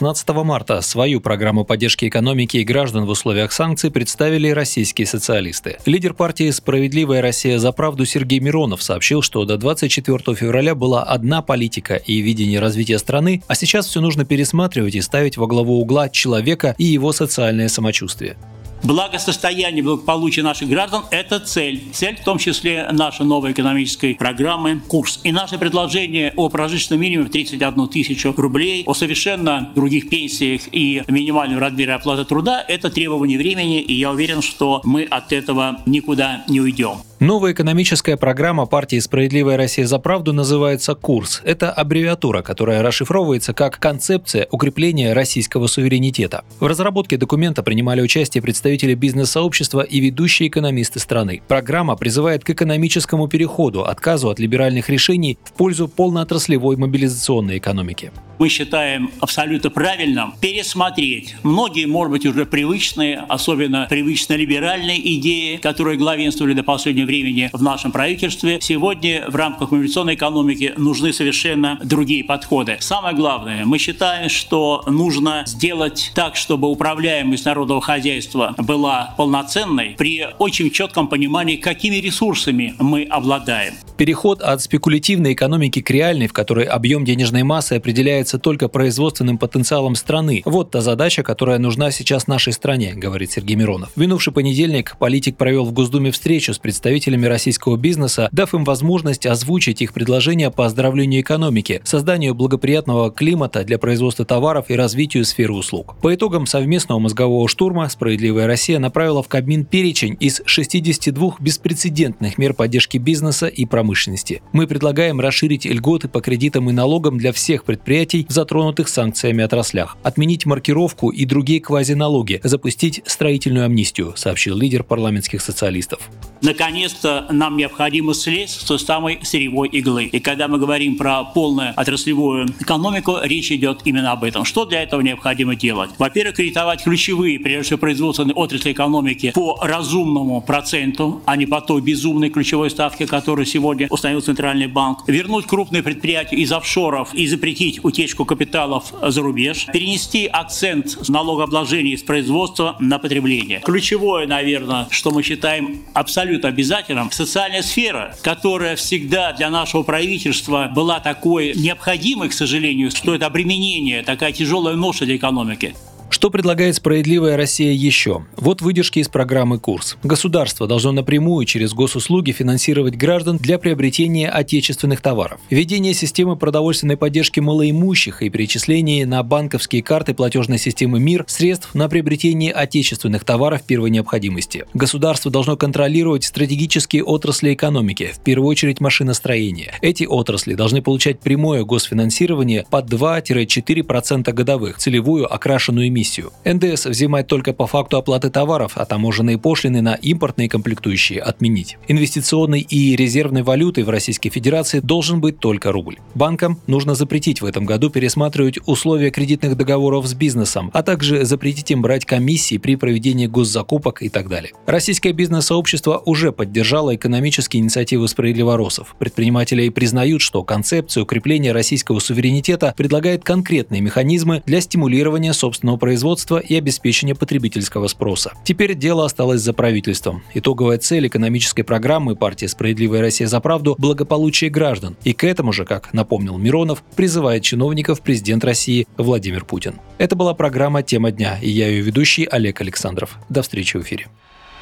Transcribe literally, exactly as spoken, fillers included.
шестнадцатого марта свою программу поддержки экономики и граждан в условиях санкций представили российские социалисты. Лидер партии «Справедливая Россия за правду» Сергей Миронов сообщил, что до двадцать четвёртого февраля была одна политика и видение развития страны, а сейчас все нужно пересматривать и ставить во главу угла человека и его социальное самочувствие. Благосостояние, благополучие наших граждан – это цель. Цель, в том числе, нашей новой экономической программы «Курс». И наше предложение о прожиточном минимуме в тридцать одну тысячу рублей, о совершенно других пенсиях и минимальном размере оплаты труда – это требование времени, и я уверен, что мы от этого никуда не уйдем. Новая экономическая программа партии «Справедливая Россия за правду» называется «Курс». Это аббревиатура, которая расшифровывается как «Концепция укрепления российского суверенитета». В разработке документа принимали участие представители бизнес-сообщества и ведущие экономисты страны. Программа призывает к экономическому переходу, отказу от либеральных решений в пользу полноотраслевой мобилизационной экономики. Мы считаем абсолютно правильным пересмотреть многие, может быть, уже привычные, особенно привычно либеральные идеи, которые главенствовали до последнего времени в нашем правительстве. Сегодня в рамках мобилизационной экономики нужны совершенно другие подходы. Самое главное, мы считаем, что нужно сделать так, чтобы управляемость народного хозяйства была полноценной при очень четком понимании, какими ресурсами мы обладаем. Переход от спекулятивной экономики к реальной, в которой объем денежной массы определяется только производственным потенциалом страны. Вот та задача, которая нужна сейчас нашей стране, говорит Сергей Миронов. В минувший понедельник политик провел в Госдуме встречу с представителями российского бизнеса, дав им возможность озвучить их предложения по оздоровлению экономики, созданию благоприятного климата для производства товаров и развитию сферы услуг. По итогам совместного мозгового штурма «Справедливая Россия» направила в Кабмин перечень из шестидесяти двух беспрецедентных мер поддержки бизнеса и промышленности. Мы предлагаем расширить льготы по кредитам и налогам для всех предприятий в затронутых санкциями отраслях, отменить маркировку и другие квазиналоги, запустить строительную амнистию, сообщил лидер парламентских социалистов. Наконец-то нам необходимо слезть с той самой сырьевой иглы. И когда мы говорим про полную отраслевую экономику, речь идет именно об этом. Что для этого необходимо делать? Во-первых, кредитовать ключевые, прежде всего, производственные отрасли экономики по разумному проценту, а не по той безумной ключевой ставке, которую сегодня установил Центральный банк. Вернуть крупные предприятия из офшоров и запретить утечку капиталов за рубеж. Перенести акцент с налогообложения с производства на потребление. Ключевое, наверное, что мы считаем абсолютно обязательным, социальная сфера, которая всегда для нашего правительства была такой необходимой, к сожалению, что это обременение, такая тяжелая ноша для экономики. Что предлагает «Справедливая Россия» еще? Вот выдержки из программы «Курс». Государство должно напрямую через госуслуги финансировать граждан для приобретения отечественных товаров. Введение системы продовольственной поддержки малоимущих и перечисление на банковские карты платежной системы МИР средств на приобретение отечественных товаров первой необходимости. Государство должно контролировать стратегические отрасли экономики, в первую очередь машиностроение. Эти отрасли должны получать прямое госфинансирование под два-четыре процента годовых, целевую окрашенную эмиссию. эн дэ эс взимать только по факту оплаты товаров, а таможенные пошлины на импортные комплектующие отменить. Инвестиционной и резервной валютой в Российской Федерации должен быть только рубль. Банкам нужно запретить в этом году пересматривать условия кредитных договоров с бизнесом, а также запретить им брать комиссии при проведении госзакупок и так далее. Российское бизнес-сообщество уже поддержало экономические инициативы справедливоросов. Предприниматели признают, что концепция укрепления российского суверенитета предлагает конкретные механизмы для стимулирования собственного производства производства и обеспечения потребительского спроса. Теперь дело осталось за правительством. Итоговая цель экономической программы партии «Справедливая Россия за правду» – благополучие граждан. И к этому же, как напомнил Миронов, призывает чиновников президент России Владимир Путин. Это была программа «Тема дня», и я ее ведущий Олег Александров. До встречи в эфире.